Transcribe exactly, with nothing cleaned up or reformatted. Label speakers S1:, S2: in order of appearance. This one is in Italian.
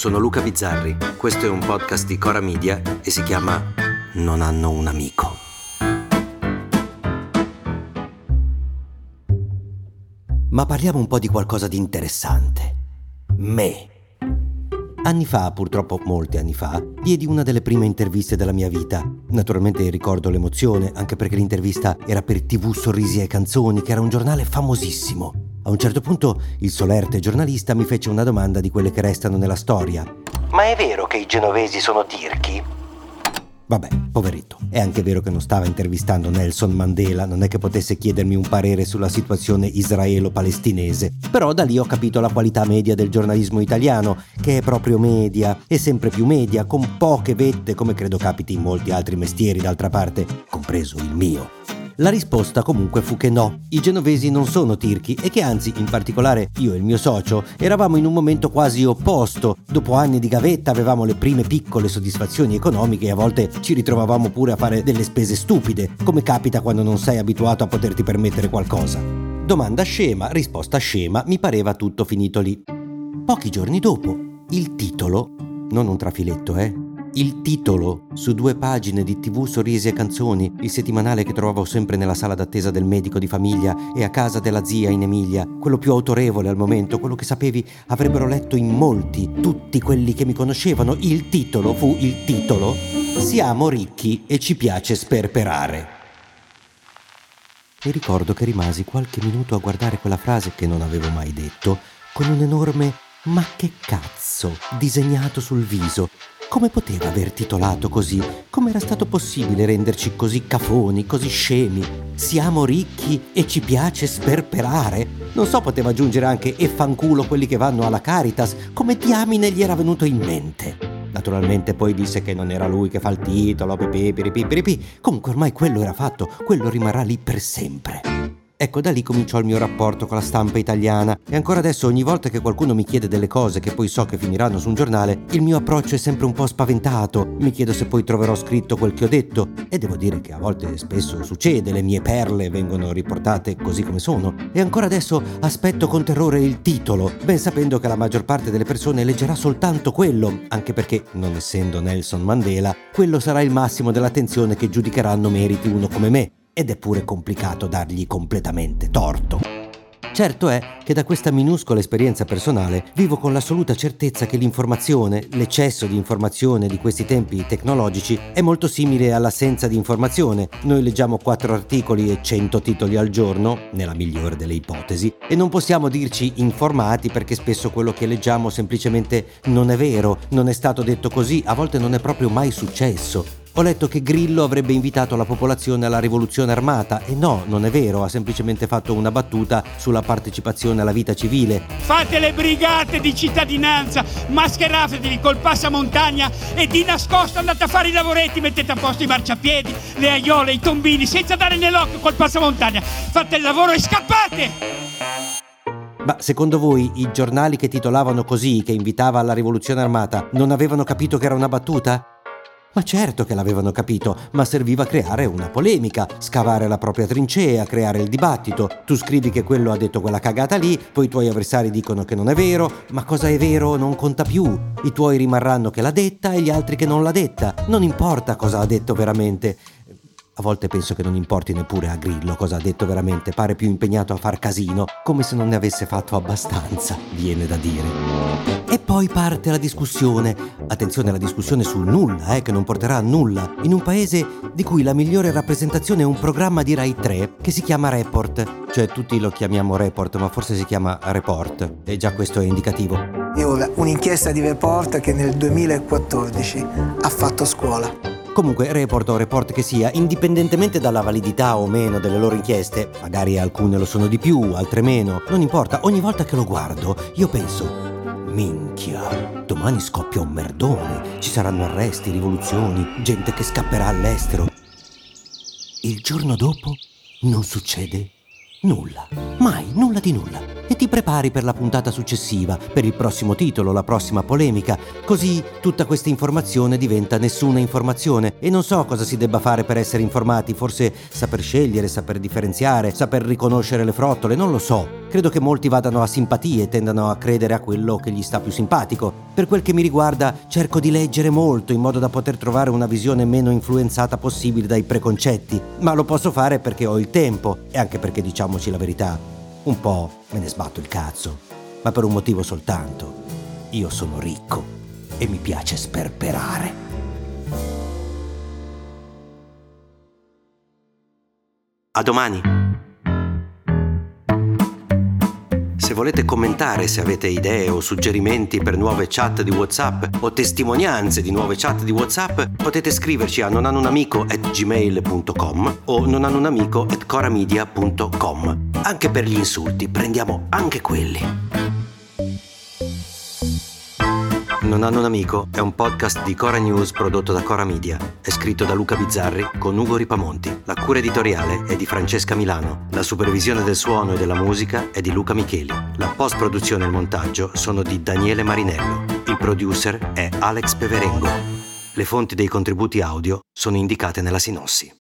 S1: sono Luca Bizzarri, questo è un podcast di Cora Media e si chiama Non hanno un amico. Ma parliamo un po' di qualcosa di interessante. Me. Anni fa, purtroppo molti anni fa, diedi una delle prime interviste della mia vita. Naturalmente ricordo l'emozione, anche perché l'intervista era per tivù Sorrisi e Canzoni, che era un giornale famosissimo. A un certo punto il solerte giornalista mi fece una domanda di quelle che restano nella storia. Ma è vero che i genovesi sono tirchi? Vabbè, poveretto. È anche vero che non stava intervistando Nelson Mandela, non è che potesse chiedermi un parere sulla situazione israelo-palestinese. Però da lì ho capito la qualità media del giornalismo italiano, che è proprio media, e sempre più media, con poche vette, come credo capiti in molti altri mestieri d'altra parte, compreso il mio. La risposta comunque fu che no, i genovesi non sono tirchi e che anzi, in particolare io e il mio socio, eravamo in un momento quasi opposto. Dopo anni di gavetta avevamo le prime piccole soddisfazioni economiche e a volte ci ritrovavamo pure a fare delle spese stupide, come capita quando non sei abituato a poterti permettere qualcosa. Domanda scema, risposta scema, mi pareva tutto finito lì. Pochi giorni dopo, il titolo, non un trafiletto, eh? Il titolo, su due pagine di tivù Sorrisi e Canzoni, il settimanale che trovavo sempre nella sala d'attesa del medico di famiglia e a casa della zia in Emilia, quello più autorevole al momento, quello che sapevi avrebbero letto in molti, tutti quelli che mi conoscevano, il titolo fu il titolo Siamo ricchi e ci piace sperperare. E ricordo che rimasi qualche minuto a guardare quella frase che non avevo mai detto, con un enorme "ma che cazzo" disegnato sul viso. Come poteva aver titolato così? Come era stato possibile renderci così cafoni, così scemi? Siamo ricchi e ci piace sperperare? Non so, poteva aggiungere anche "e fanculo quelli che vanno alla Caritas". Come diamine gli era venuto in mente? Naturalmente poi disse che non era lui che fa il titolo, pipì. Comunque ormai quello era fatto, quello rimarrà lì per sempre. Ecco, da lì cominciò il mio rapporto con la stampa italiana e ancora adesso ogni volta che qualcuno mi chiede delle cose che poi so che finiranno su un giornale, il mio approccio è sempre un po' spaventato. Mi chiedo se poi troverò scritto quel che ho detto e devo dire che a volte spesso succede, le mie perle vengono riportate così come sono. E ancora adesso aspetto con terrore il titolo, ben sapendo che la maggior parte delle persone leggerà soltanto quello, anche perché, non essendo Nelson Mandela, quello sarà il massimo dell'attenzione che giudicheranno meriti uno come me. Ed è pure complicato dargli completamente torto. Certo è che da questa minuscola esperienza personale vivo con l'assoluta certezza che l'informazione, l'eccesso di informazione di questi tempi tecnologici è molto simile all'assenza di informazione. Noi leggiamo quattro articoli e cento titoli al giorno, nella migliore delle ipotesi, e non possiamo dirci informati perché spesso quello che leggiamo semplicemente non è vero, non è stato detto così, a volte non è proprio mai successo. Ho letto che Grillo avrebbe invitato la popolazione alla rivoluzione armata e no, non è vero, ha semplicemente fatto una battuta sulla partecipazione alla vita civile.
S2: Fate le brigate di cittadinanza, mascheratevi col passamontagna e di nascosto andate a fare i lavoretti, mettete a posto i marciapiedi, le aiole, i tombini, senza dare nell'occhio col passamontagna. Fate il lavoro e scappate!
S1: Ma secondo voi i giornali che titolavano così, che invitava alla rivoluzione armata, non avevano capito che era una battuta? Ma certo che l'avevano capito, ma serviva a creare una polemica, scavare la propria trincea, creare il dibattito. Tu scrivi che quello ha detto quella cagata lì, poi i tuoi avversari dicono che non è vero, ma cosa è vero non conta più. I tuoi rimarranno che l'ha detta e gli altri che non l'ha detta. Non importa cosa ha detto veramente. A volte penso che non importi neppure a Grillo cosa ha detto veramente, pare più impegnato a far casino, come se non ne avesse fatto abbastanza, viene da dire. E poi parte la discussione. Attenzione alla discussione sul nulla, eh, che non porterà a nulla, in un paese di cui la migliore rappresentazione è un programma di Rai tre che si chiama Report. Cioè tutti lo chiamiamo Report, ma forse si chiama Report, e già questo è indicativo.
S3: E ora un'inchiesta di Report che nel duemilaquattordici ha fatto scuola.
S1: Comunque, report o report che sia, indipendentemente dalla validità o meno delle loro inchieste, magari alcune lo sono di più, altre meno, non importa, ogni volta che lo guardo io penso: minchia, domani scoppia un merdone, ci saranno arresti, rivoluzioni, gente che scapperà all'estero. Il giorno dopo non succede nulla, mai, nulla di nulla. e ti prepari per la puntata successiva, per il prossimo titolo, la prossima polemica. Così tutta questa informazione diventa nessuna informazione e non so cosa si debba fare per essere informati, forse saper scegliere, saper differenziare, saper riconoscere le frottole, non lo so. Credo che molti vadano a simpatie e tendano a credere a quello che gli sta più simpatico. Per quel che mi riguarda, cerco di leggere molto in modo da poter trovare una visione meno influenzata possibile dai preconcetti, ma lo posso fare perché ho il tempo e anche perché, diciamoci la verità, un po' me ne sbatto il cazzo, ma per un motivo soltanto. Io sono ricco e mi piace sperperare. A domani! Se volete commentare, se avete idee o suggerimenti per nuove chat di WhatsApp o testimonianze di nuove chat di WhatsApp, potete scriverci a nonhanunamico at gmail punto com o nonhanunamico at coramedia punto com. Anche per gli insulti, prendiamo anche quelli. Non hanno un amico è un podcast di Cora News prodotto da Cora Media. È scritto da Luca Bizzarri con Ugo Ripamonti. La cura editoriale è di Francesca Milano. La supervisione del suono e della musica è di Luca Micheli. La post-produzione e il montaggio sono di Daniele Marinello. Il producer è Alex Peverengo. Le fonti dei contributi audio sono indicate nella sinossi.